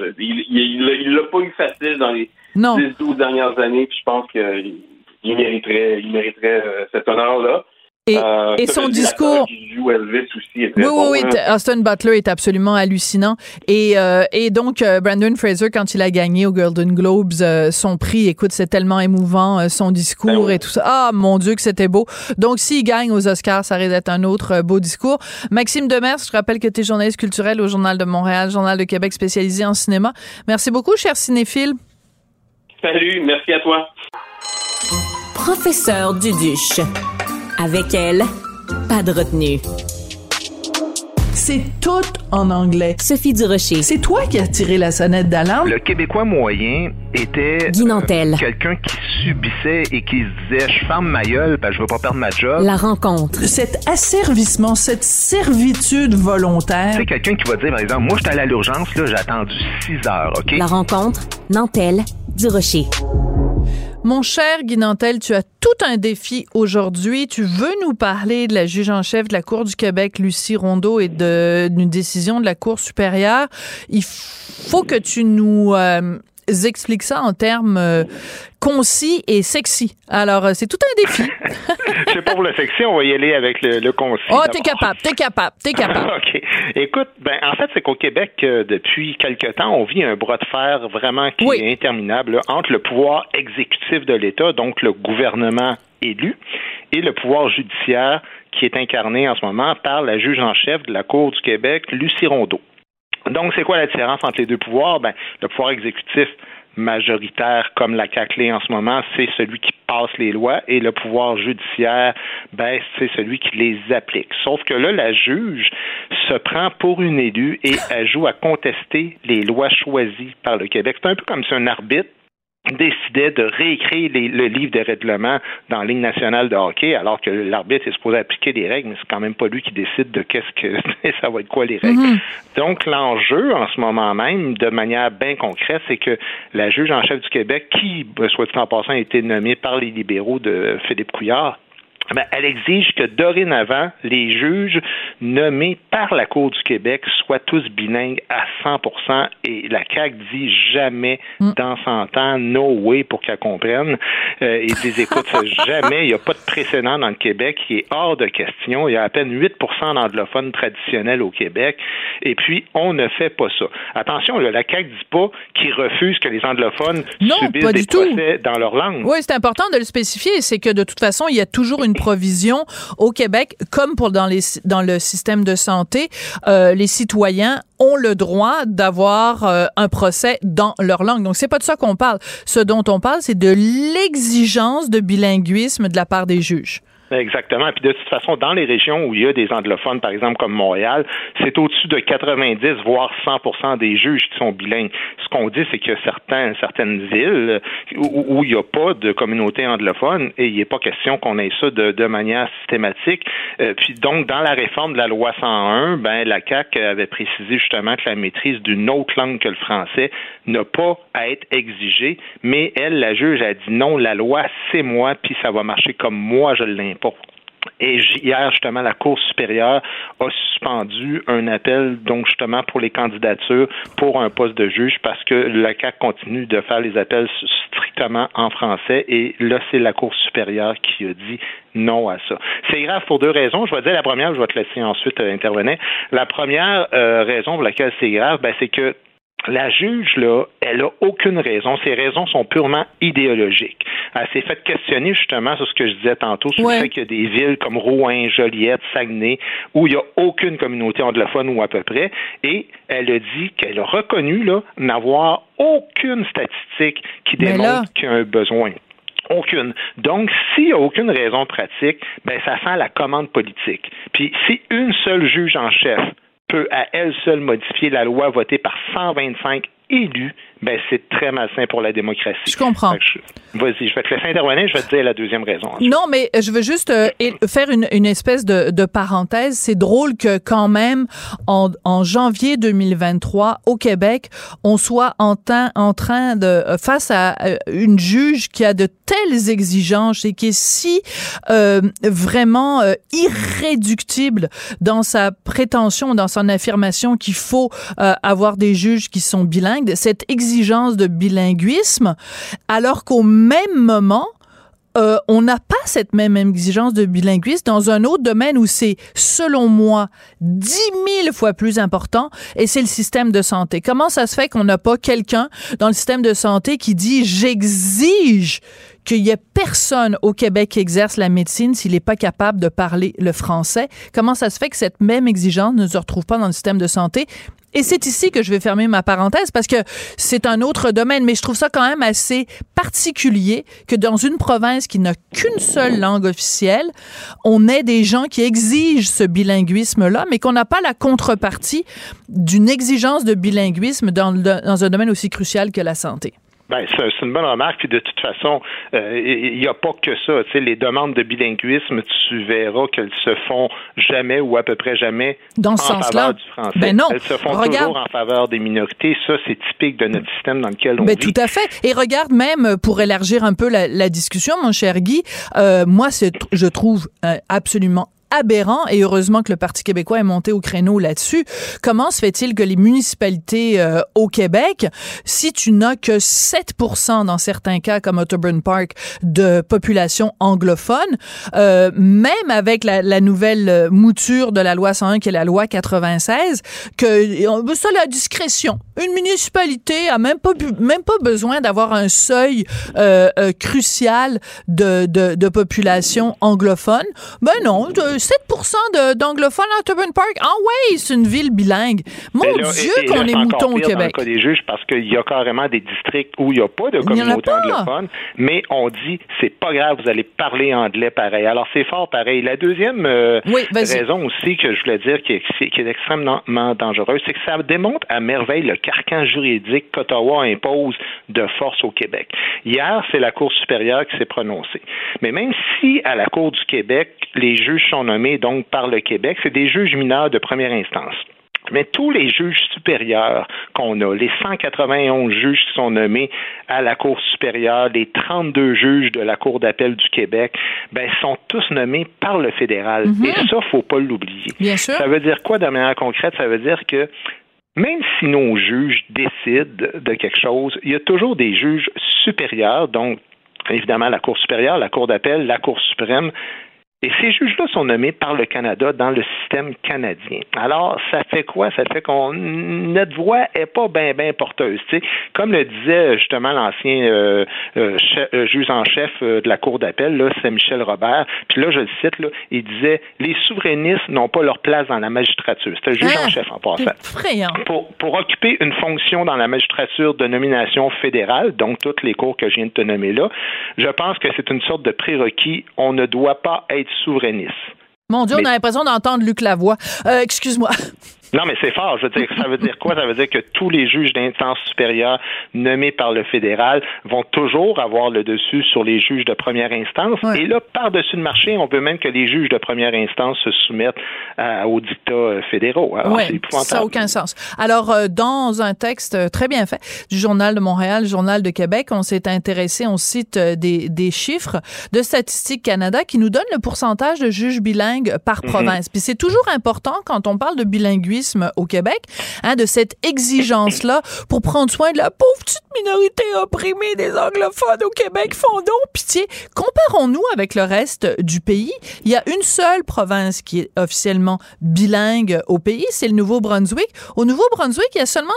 il l'a pas eu facile dans les 10-12 dernières années. Puis je pense qu'il mériterait cet honneur-là. Et son discours. Qui joue Elvis aussi est très oui, Austin Butler est absolument hallucinant. Et donc, Brendan Fraser, quand il a gagné aux Golden Globes son prix, écoute, c'est tellement émouvant, son discours et tout ça. Ah, mon Dieu, que c'était beau. Donc, s'il gagne aux Oscars, ça risque d'être un autre beau discours. Maxime Demers, je rappelle que tu es journaliste culturel au Journal de Montréal, Journal de Québec spécialisé en cinéma. Merci beaucoup, cher cinéphile. Salut, merci à toi. Professeur Duduche. Avec elle, pas de retenue. C'est tout en anglais. Sophie Durocher. C'est toi qui as tiré la sonnette d'alarme. Le Québécois moyen était Guy Nantel. Quelqu'un qui subissait et qui se disait « Je ferme ma gueule, je veux pas perdre ma job ». La rencontre. Cet asservissement, cette servitude volontaire. C'est quelqu'un qui va dire, par exemple, moi, j'étais allé à l'urgence, là, j'ai attendu 6 heures, OK? La rencontre, Nantel, Durocher. Mon cher Guy Nantel, tu as tout un défi aujourd'hui. Tu veux nous parler de la juge en chef de la Cour du Québec, Lucie Rondeau, et d'une décision de la Cour supérieure. Il faut que tu nous expliques ça en termes concis et sexy. Alors, c'est tout un défi. Je sais pas pour le sexy, on va y aller avec le concis. Oh, t'es capable. OK. Écoute, en fait, c'est qu'au Québec, depuis quelque temps, on vit un bras de fer vraiment qui est interminable là, entre le pouvoir exécutif de l'État, donc le gouvernement élu, et le pouvoir judiciaire qui est incarné en ce moment par la juge en chef de la Cour du Québec, Lucie Rondeau. Donc, c'est quoi la différence entre les deux pouvoirs? Le pouvoir exécutif majoritaire, comme la CAQ en ce moment, c'est celui qui passe les lois, et le pouvoir judiciaire, c'est celui qui les applique. Sauf que là, la juge se prend pour une élue et elle joue à contester les lois choisies par le Québec. C'est un peu comme si un arbitre décidait de réécrire le livre des règlements dans la Ligue nationale de hockey, alors que l'arbitre est supposé appliquer des règles, mais c'est quand même pas lui qui décide de qu'est-ce que ça va être quoi les règles. Donc, l'enjeu, en ce moment même, de manière bien concrète, c'est que la juge en chef du Québec, qui, soit dit en passant, a été nommée par les libéraux de Philippe Couillard, elle exige que dorénavant, les juges nommés par la Cour du Québec soient tous bilingues à 100%, et la CAQ dit jamais dans 100 ans, no way pour qu'elle comprenne. Ils disent, écoute, jamais, il n'y a pas de précédent dans le Québec, qui est hors de question. Il y a à peine 8% d'anglophones traditionnels au Québec, et puis on ne fait pas ça. Attention, là, la CAQ dit pas qu'ils refusent que les anglophones subissent des procès dans leur langue. Oui, c'est important de le spécifier, c'est que de toute façon, il y a toujours une provision au Québec, comme dans le système de santé, les citoyens ont le droit d'avoir un procès dans leur langue. Donc, c'est pas de ça qu'on parle. Ce dont on parle, c'est de l'exigence de bilinguisme de la part des juges. Exactement. Puis de toute façon, dans les régions où il y a des anglophones, par exemple comme Montréal, c'est au-dessus de 90, voire 100% des juges qui sont bilingues. Ce qu'on dit, c'est qu'il y a certaines villes où il n'y a pas de communauté anglophone, et il n'est pas question qu'on ait ça de manière systématique. Puis donc, dans la réforme de la loi 101, la CAQ avait précisé justement que la maîtrise d'une autre langue que le français n'a pas à être exigée, mais elle, la juge, a dit non, la loi, c'est moi, puis ça va marcher comme moi je l'impose. Et hier, justement, la Cour supérieure a suspendu un appel, donc justement, pour les candidatures pour un poste de juge, parce que la CAQ continue de faire les appels strictement en français, et là, c'est la Cour supérieure qui a dit non à ça. C'est grave pour deux raisons. Je vais dire la première, je vais te laisser ensuite intervenir. La première raison pour laquelle c'est grave, c'est que la juge, là, elle a aucune raison. Ses raisons sont purement idéologiques. Elle s'est fait questionner justement sur ce que je disais tantôt, sur le fait qu'il y a des villes comme Rouyn, Joliette, Saguenay, où il n'y a aucune communauté anglophone ou à peu près, et elle a dit qu'elle a reconnu là, n'avoir aucune statistique qui démontre qu'il y a un besoin. Aucune. Donc, s'il n'y a aucune raison pratique, ça sent la commande politique. Puis, si une seule juge en chef peut à elle seule modifier la loi votée par 125 élus, ben c'est très malsain pour la démocratie. Je comprends. Vas-y, je vais te laisser intervenir, je vais te dire la deuxième raison. Non, mais je veux juste faire une espèce de parenthèse. C'est drôle que quand même, en janvier 2023, au Québec, on soit en train de, face à une juge qui a de telles exigences et qui est si vraiment irréductible dans sa prétention, dans son affirmation qu'il faut avoir des juges qui sont bilingues, cette exigence de bilinguisme, alors qu'au même moment, on n'a pas cette même exigence de bilinguisme dans un autre domaine où c'est, selon moi, 10 000 fois plus important, et c'est le système de santé. Comment ça se fait qu'on n'a pas quelqu'un dans le système de santé qui dit « j'exige » qu'il y ait personne au Québec qui exerce la médecine s'il n'est pas capable de parler le français? Comment ça se fait que cette même exigence ne se retrouve pas dans le système de santé? Et c'est ici que je vais fermer ma parenthèse parce que c'est un autre domaine, mais je trouve ça quand même assez particulier que dans une province qui n'a qu'une seule langue officielle, on ait des gens qui exigent ce bilinguisme-là, mais qu'on n'a pas la contrepartie d'une exigence de bilinguisme dans un domaine aussi crucial que la santé. Ben, c'est une bonne remarque. Puis de toute façon, il n'y a pas que ça. Tu sais, les demandes de bilinguisme, tu verras qu'elles se font jamais ou à peu près jamais dans ce faveur du français. Ben non. Elles se font toujours en faveur des minorités. Ça, c'est typique de notre système dans lequel on vit. Tout à fait. Et regarde, même pour élargir un peu la discussion, mon cher Guy, moi, je trouve absolument aberrant, et heureusement que le Parti québécois est monté au créneau là-dessus. Comment se fait-il que les municipalités au Québec, si tu n'as que 7% dans certains cas, comme Otterburn Park, de population anglophone, même avec la nouvelle mouture de la loi 101, qui est la loi 96, que ça, la discrétion. Une municipalité a même pas besoin d'avoir un seuil crucial de population anglophone. Ben non, 7% d'anglophones à Otterburn Park. Ah oui, c'est une ville bilingue. Mon Dieu, qu'on est mouton au Québec. Dans le cas des juges, parce qu'il y a carrément des districts où il n'y a pas de communauté anglophone, mais on dit, c'est pas grave, vous allez parler anglais pareil. Alors, c'est fort pareil. La deuxième raison aussi que je voulais dire qui est extrêmement dangereuse, c'est que ça démontre à merveille le carcan juridique qu'Ottawa impose de force au Québec. Hier, c'est la Cour supérieure qui s'est prononcée. Mais même si à la Cour du Québec, les juges sont nommés donc par le Québec, c'est des juges mineurs de première instance. Mais tous les juges supérieurs qu'on a, les 191 juges qui sont nommés à la Cour supérieure, les 32 juges de la Cour d'appel du Québec, ben, sont tous nommés par le fédéral. Mm-hmm. Et ça, faut pas l'oublier. Bien sûr. Ça veut dire quoi de manière concrète? Ça veut dire que même si nos juges décident de quelque chose, il y a toujours des juges supérieurs, donc évidemment la Cour supérieure, la Cour d'appel, la Cour suprême. Et ces juges-là sont nommés par le Canada dans le système canadien. Alors, ça fait quoi? Ça fait qu'on notre voix est pas bien porteuse. Tu sais, comme le disait justement l'ancien juge en chef de la Cour d'appel, là, c'est Michel Robert. Puis là, je le cite, là, il disait les souverainistes n'ont pas leur place dans la magistrature. C'était le juge en chef en passant. Pour occuper une fonction dans la magistrature de nomination fédérale, donc toutes les cours que je viens de te nommer là, je pense que c'est une sorte de prérequis. On ne doit pas être souverainiste. Mon Dieu, on a l'impression d'entendre Luc Lavoie. Excuse-moi. Non, mais c'est fort. Je veux dire, ça veut dire quoi? Ça veut dire que tous les juges d'instance supérieure nommés par le fédéral vont toujours avoir le dessus sur les juges de première instance. Ouais. Et là, par-dessus le marché, on veut même que les juges de première instance se soumettent aux dictats fédéraux. Alors, c'est épouvantable. Ça n'a aucun sens. Alors, dans un texte très bien fait du Journal de Montréal, Journal de Québec, on s'est intéressé, on cite des chiffres de Statistique Canada qui nous donnent le pourcentage de juges bilingues par province. Puis c'est toujours important quand on parle de bilinguisme au Québec, de cette exigence-là pour prendre soin de la pauvre petite minorité opprimée des anglophones au Québec. Font donc pitié. Comparons-nous avec le reste du pays. Il y a une seule province qui est officiellement bilingue au pays, c'est le Nouveau-Brunswick. Au Nouveau-Brunswick, il y a seulement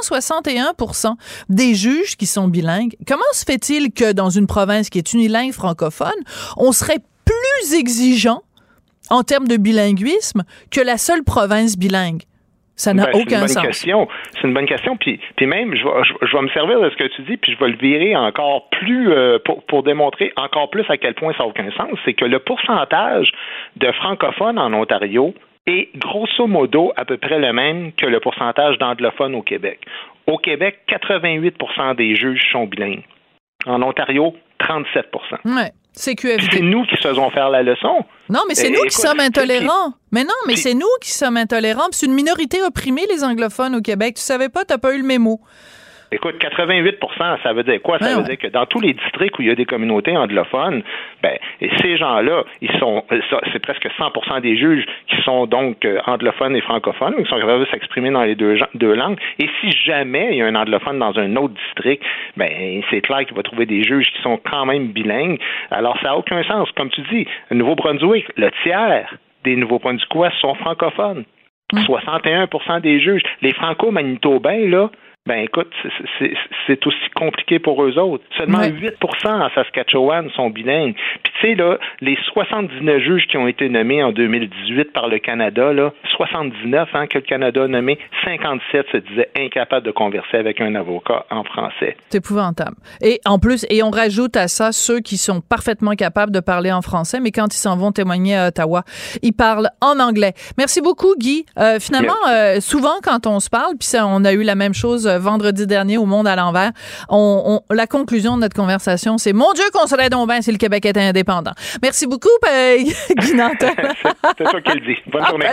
61% des juges qui sont bilingues. Comment se fait-il que dans une province qui est unilingue francophone, on serait plus exigeant en termes de bilinguisme que la seule province bilingue? Ça n'a aucun sens. C'est une bonne question. Puis même, je vais me servir de ce que tu dis, puis je vais le virer encore plus pour démontrer encore plus à quel point ça n'a aucun sens. C'est que le pourcentage de francophones en Ontario est grosso modo à peu près le même que le pourcentage d'anglophones au Québec. Au Québec, 88% des juges sont bilingues. En Ontario, 37%. Ouais. C'est QFD. C'est nous qui faisons faire la leçon. Non, mais c'est nous qui sommes intolérants. Mais non, mais c'est nous qui sommes intolérants. C'est une minorité opprimée, les anglophones au Québec. Tu savais pas, t'as pas eu le mémo. Écoute, 88%, ça veut dire quoi? Ça veut dire que dans tous les districts où il y a des communautés anglophones, et ces gens-là, c'est presque 100% des juges qui sont donc anglophones et francophones, qui sont capables de s'exprimer dans les deux langues. Et si jamais il y a un anglophone dans un autre district, c'est clair qu'il va trouver des juges qui sont quand même bilingues. Alors, ça n'a aucun sens. Comme tu dis, le Nouveau-Brunswick, le tiers des Nouveaux-Brunswickois sont francophones. 61% des juges. Les franco-manitobains, là, écoute, c'est aussi compliqué pour eux autres. Seulement 8% en Saskatchewan sont bilingues. Puis tu sais, là, les 79 juges qui ont été nommés en 2018 par le Canada, là, 79 que le Canada a nommé, 57 se disaient incapables de converser avec un avocat en français. C'est épouvantable. Et en plus, on rajoute à ça ceux qui sont parfaitement capables de parler en français, mais quand ils s'en vont témoigner à Ottawa, ils parlent en anglais. Merci beaucoup, Guy. Finalement, souvent, quand on se parle, puis ça, on a eu la même chose vendredi dernier au Monde à l'envers, la conclusion de notre conversation, c'est « Mon Dieu, qu'on serait donc bien si le Québec était indépendant ». Merci beaucoup, Guy Nantel. C'est toi qui le dis. Bonne journée.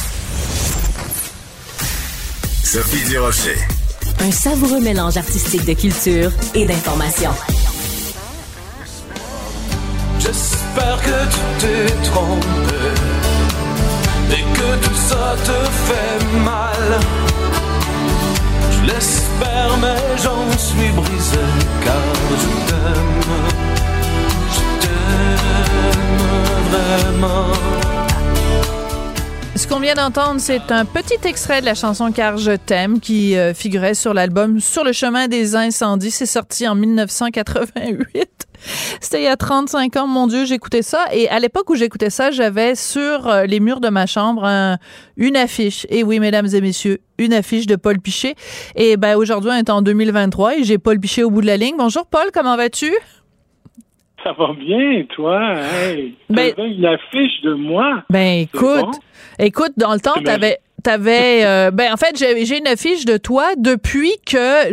Sophie Durocher. Un savoureux mélange artistique de culture et d'information. J'espère que tu t'es trompé et que tout ça te fait mal. Je l'espère, mais j'en suis brisé, car je t'aime vraiment. Ce qu'on vient d'entendre, c'est un petit extrait de la chanson « Car je t'aime » qui figurait sur l'album « Sur le chemin des incendies ». C'est sorti en 1988. C'était il y a 35 ans, mon Dieu, j'écoutais ça. Et à l'époque où j'écoutais ça, j'avais sur les murs de ma chambre une affiche. Et oui, mesdames et messieurs, une affiche de Paul Piché. Et aujourd'hui, on est en 2023 et j'ai Paul Piché au bout de la ligne. Bonjour Paul, comment vas-tu? Ça va bien, toi? Hey, t'avais une affiche de moi? Écoute, dans le temps, en fait, j'ai une affiche de toi depuis que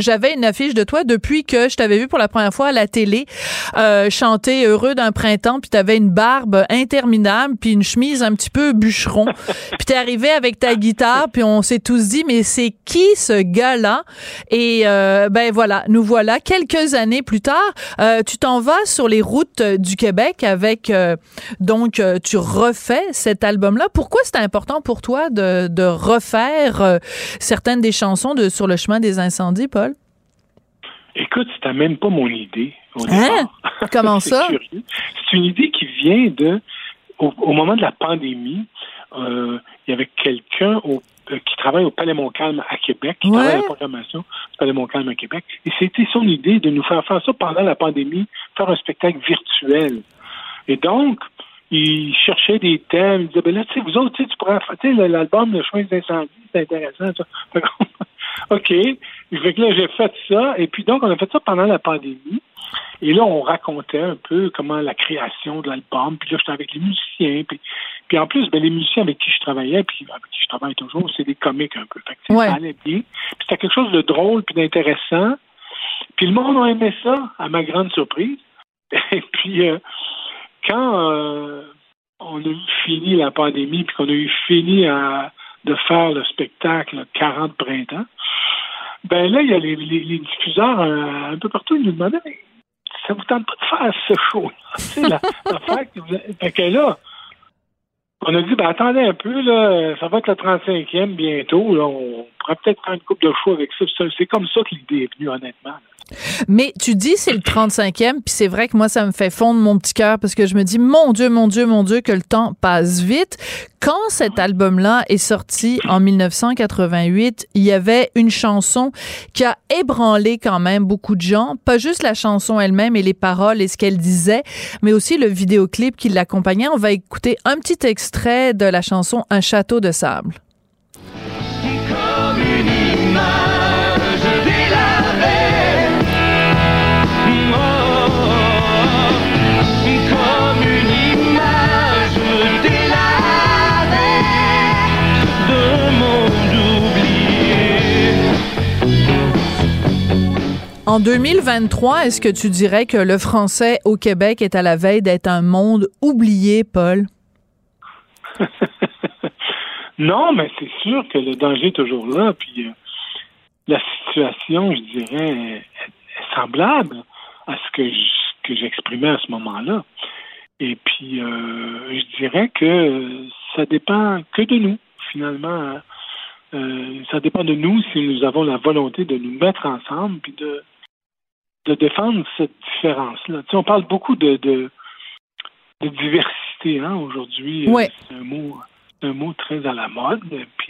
je t'avais vu pour la première fois à la télé chanter Heureux d'un printemps, puis t'avais une barbe interminable, puis une chemise un petit peu bûcheron. Puis t'es arrivé avec ta guitare, puis on s'est tous dit, mais c'est qui ce gars-là? Et voilà, nous voilà quelques années plus tard. Tu t'en vas sur les routes du Québec avec, tu refais cet album-là. Pourquoi c'était important pour toi de refaire certaines des chansons de Sur le chemin des incendies, Paul? Écoute, c'était même pas mon idée au départ. Comment ça? Curieux. C'est une idée qui vient au moment de la pandémie, il y avait quelqu'un qui travaille au Palais Montcalm à Québec, qui travaille à la programmation du Palais Montcalm à Québec, et c'était son idée de nous faire ça pendant la pandémie, faire un spectacle virtuel. Et donc, il cherchait des thèmes. Il disait, là, tu sais, vous autres, tu pourrais faire, l'album Le chemin des incendies, c'est intéressant, ça. OK. Fait que là, j'ai fait ça. Et puis, donc, on a fait ça pendant la pandémie. Et là, on racontait un peu comment la création de l'album. Puis là, j'étais avec les musiciens. Puis en plus, les musiciens avec qui je travaillais, puis avec qui je travaille toujours, c'est des comiques un peu. Fait que ça allait bien. Puis c'était quelque chose de drôle puis d'intéressant. Puis le monde a aimé ça, à ma grande surprise. Et puis, quand on a eu fini la pandémie, puis qu'on a eu fini de faire le spectacle 40 printemps, là, il y a les diffuseurs un peu partout, ils nous demandaient, mais ça vous tente pas de faire ce show-là? Tu sais, l'affaire que vous avez... Fait que là, on a dit, attendez un peu, là, ça va être le 35e bientôt, là, on pourrait peut-être faire une couple de shows avec ça. C'est comme ça que l'idée est venue, honnêtement. Mais tu dis c'est le 35e, puis c'est vrai que moi, ça me fait fondre mon petit cœur parce que je me dis, mon Dieu, que le temps passe vite. Quand cet album-là est sorti en 1988, il y avait une chanson qui a ébranlé quand même beaucoup de gens. Pas juste la chanson elle-même et les paroles et ce qu'elle disait, mais aussi le vidéoclip qui l'accompagnait. On va écouter un petit extrait de la chanson Un château de sable. Comme une image délavée. Comme une image délavée d'un monde oublié. En 2023, est-ce que tu dirais que le français au Québec est à la veille d'être un monde oublié, Paul? Non, mais c'est sûr que le danger est toujours là, puis la situation, je dirais, est semblable à ce que j'exprimais à ce moment-là. Et puis, je dirais que ça dépend que de nous, finalement. Ça dépend de nous si nous avons la volonté de nous mettre ensemble puis de défendre cette différence-là. Tu sais, on parle beaucoup de diversité aujourd'hui. Ouais. C'est un mot très à la mode.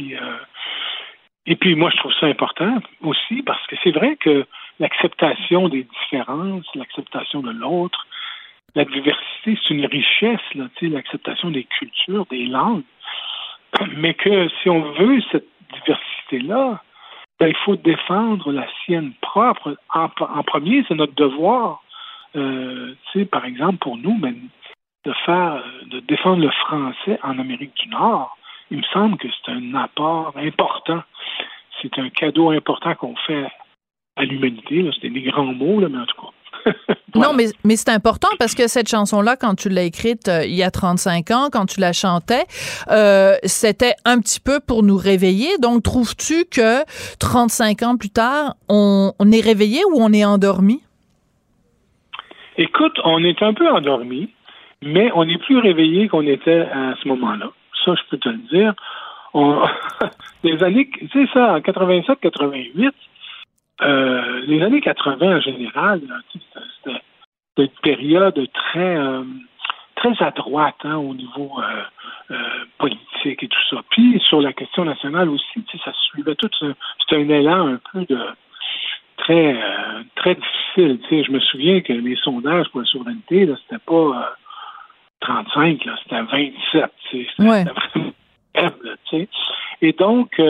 Et puis moi, je trouve ça important aussi parce que c'est vrai que l'acceptation des différences, l'acceptation de l'autre, la diversité, c'est une richesse, là, tu sais, l'acceptation des cultures, des langues. Mais que si on veut cette diversité-là, ben, il faut défendre la sienne propre. En premier, c'est notre devoir. Tu sais, par exemple, pour nous, ben, de défendre le français en Amérique du Nord, il me semble que c'est un apport important. C'est un cadeau important qu'on fait à l'humanité. Là. C'était des grands mots, là, mais en tout cas. Voilà. Non, mais c'est important parce que cette chanson-là, quand tu l'as écrite il y a 35 ans, quand tu la chantais, c'était un petit peu pour nous réveiller. Donc, trouves-tu que 35 ans plus tard, on est réveillé ou on est endormi? Écoute, on est un peu endormi, mais on est plus réveillé qu'on était à ce moment-là. Ça, je peux te le dire. Les années, c'est ça, en 87-88, les années 80 en général, là, c'était une période très à droite au niveau politique et tout ça. Puis sur la question nationale aussi, ça suivait tout. C'était un élan un peu de très difficile. Je me souviens que les sondages pour la souveraineté, là, c'était pas 35, là, c'était 27. C'était vraiment faible. Et donc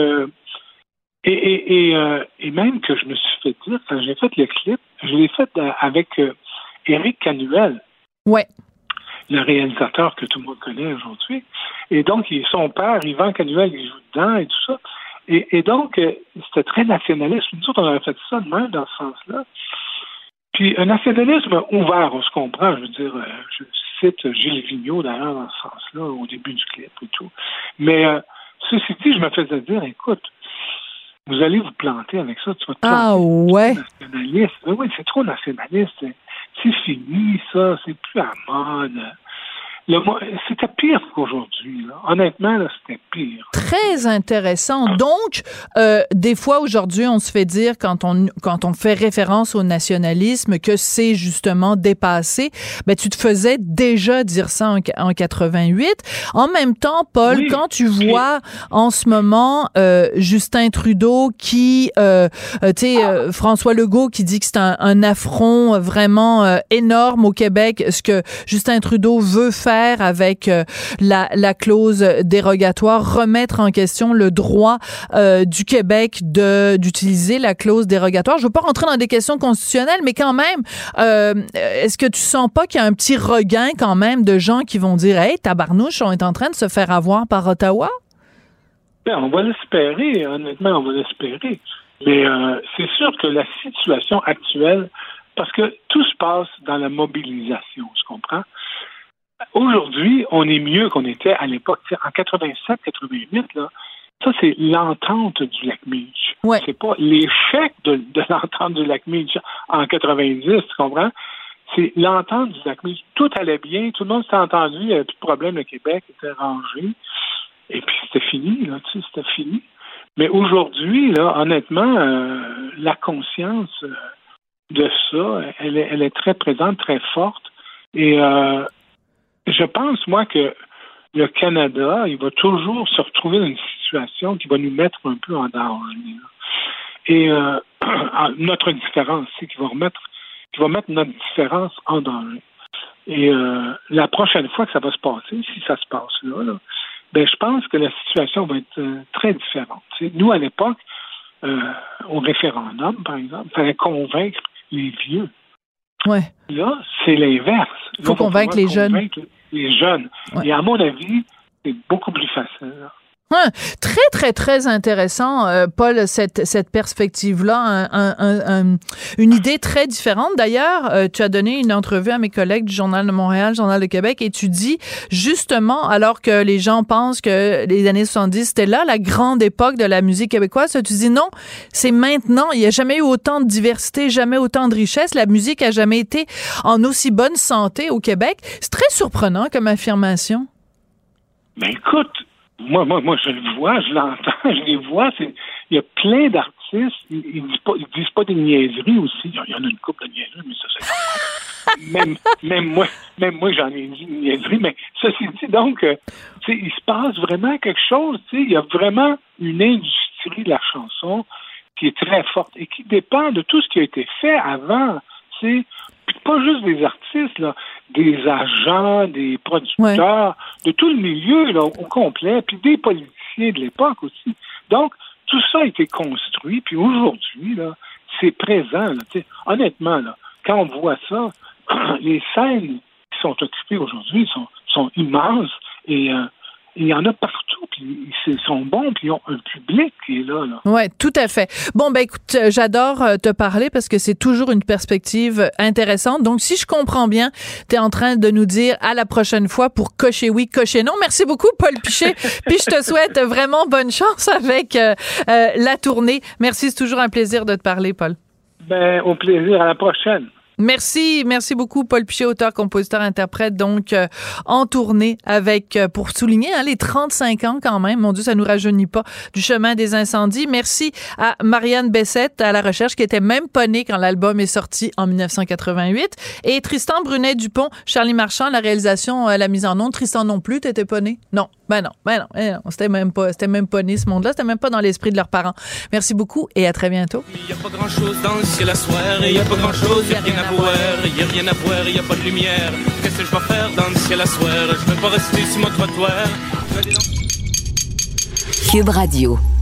et même que je me suis fait dire, quand j'ai fait le clip, je l'ai fait avec Éric Canuel. Ouais. Le réalisateur que tout le monde connaît aujourd'hui. Et donc, son père, Yvan Canuel, il joue dedans et tout ça. Et donc, c'était très nationaliste. Nous autres, on avait fait ça de même dans ce sens-là. Puis, un nationalisme ouvert, on se comprend. Je veux dire, je cite Gilles Vigneault, d'ailleurs, dans ce sens-là, au début du clip et tout. Mais, ceci dit, je me faisais dire, écoute, vous allez vous planter avec ça. Tu vas te planter. Ah ouais? C'est trop nationaliste. Oui, c'est trop nationaliste. C'est fini, ça. C'est plus à mode. C'était pire qu'aujourd'hui. Là. Honnêtement, là, c'était pire. Très intéressant. Donc, des fois, aujourd'hui, on se fait dire, quand on fait référence au nationalisme, que c'est justement dépassé. Ben, tu te faisais déjà dire ça en 88. En même temps, Paul, oui, quand tu vois en ce moment Justin Trudeau qui, François Legault qui dit que c'est un affront vraiment énorme au Québec, ce que Justin Trudeau veut faire avec la clause dérogatoire, remettre en question le droit du Québec d'utiliser la clause dérogatoire. Je veux pas rentrer dans des questions constitutionnelles, mais quand même, est-ce que tu sens pas qu'il y a un petit regain quand même de gens qui vont dire « Hey, tabarnouche, on est en train de se faire avoir par Ottawa? » Bien, on va l'espérer, honnêtement, on va l'espérer. Mais c'est sûr que la situation actuelle, parce que tout se passe dans la mobilisation, tu comprends? Aujourd'hui, on est mieux qu'on était à l'époque. En 87-88, là, ça, c'est l'entente du Lac-Meach. Ouais. C'est pas l'échec de l'entente du Lac-Meach en 90, tu comprends? C'est l'entente du Lac-Meach. Tout allait bien, tout le monde s'était entendu, il n'y avait plus de problème, le Québec était rangé. Et puis, c'était fini, là, tu sais, c'était fini. Mais aujourd'hui, là, honnêtement, la conscience de ça, elle est très présente, très forte. Et je pense, moi, que le Canada, il va toujours se retrouver dans une situation qui va nous mettre un peu en danger. Là. Et notre différence, c'est qu'il va mettre notre différence en danger. Et la prochaine fois que ça va se passer, si ça se passe là, ben je pense que la situation va être très différente. T'sais, nous, à l'époque, au référendum, par exemple, il fallait convaincre les vieux. Ouais. Là, c'est l'inverse. Il faut convaincre les jeunes. Les jeunes. Ouais. Et à mon avis, c'est beaucoup plus facile. Là. Très, très, très intéressant, Paul, cette perspective-là, une idée très différente. D'ailleurs, tu as donné une entrevue à mes collègues du Journal de Montréal, Journal de Québec, et tu dis, justement, alors que les gens pensent que les années 70, c'était là la grande époque de la musique québécoise, tu dis non, c'est maintenant. Il n'y a jamais eu autant de diversité, jamais autant de richesse. La musique a jamais été en aussi bonne santé au Québec. C'est très surprenant comme affirmation. Ben écoute, moi, je le vois, je l'entends, je les vois. Il y a plein d'artistes, ils disent pas des niaiseries aussi. Il y en a une couple de niaiseries, mais ça, c'est même moi, j'en ai dit une niaiserie. Mais ceci dit, donc, il se passe vraiment quelque chose. Il y a vraiment une industrie de la chanson qui est très forte et qui dépend de tout ce qui a été fait avant. Puis pas juste des artistes, là, des agents, des producteurs, de tout le milieu là, au complet, puis des politiciens de l'époque aussi. Donc, tout ça a été construit, puis aujourd'hui, là, c'est présent. Là, honnêtement, là, quand on voit ça, les scènes qui sont occupées aujourd'hui sont immenses et il y en a partout, puis ils sont bons, puis ils ont un public qui est là. Oui, tout à fait. Bon, ben écoute, j'adore te parler parce que c'est toujours une perspective intéressante. Donc, si je comprends bien, tu es en train de nous dire à la prochaine fois pour cocher oui, cocher non. Merci beaucoup, Paul Piché. Puis je te souhaite vraiment bonne chance avec la tournée. Merci, c'est toujours un plaisir de te parler, Paul. Ben, au plaisir. À la prochaine. Merci beaucoup, Paul Piché, auteur, compositeur, interprète, donc en tournée avec, pour souligner les 35 ans quand même, mon Dieu, ça nous rajeunit pas, du chemin des incendies. Merci à Marianne Bessette à la recherche, qui était même pas née quand l'album est sorti en 1988, et Tristan Brunet-Dupont, Charlie Marchand, la réalisation, la mise en onde. Tristan non plus, t'étais pas né? Non. Ben non. C'était même pas né, ce monde-là. C'était même pas dans l'esprit de leurs parents. Merci beaucoup et à très bientôt. Il y a pas grand-chose dans le ciel à soir, et il y a pas grand-chose, il y a rien à voir, il y a rien à voir, il y a pas de lumière. Qu'est-ce que je vais faire dans le ciel à soir? Je peux pas rester sur mon trottoir. Cube Radio.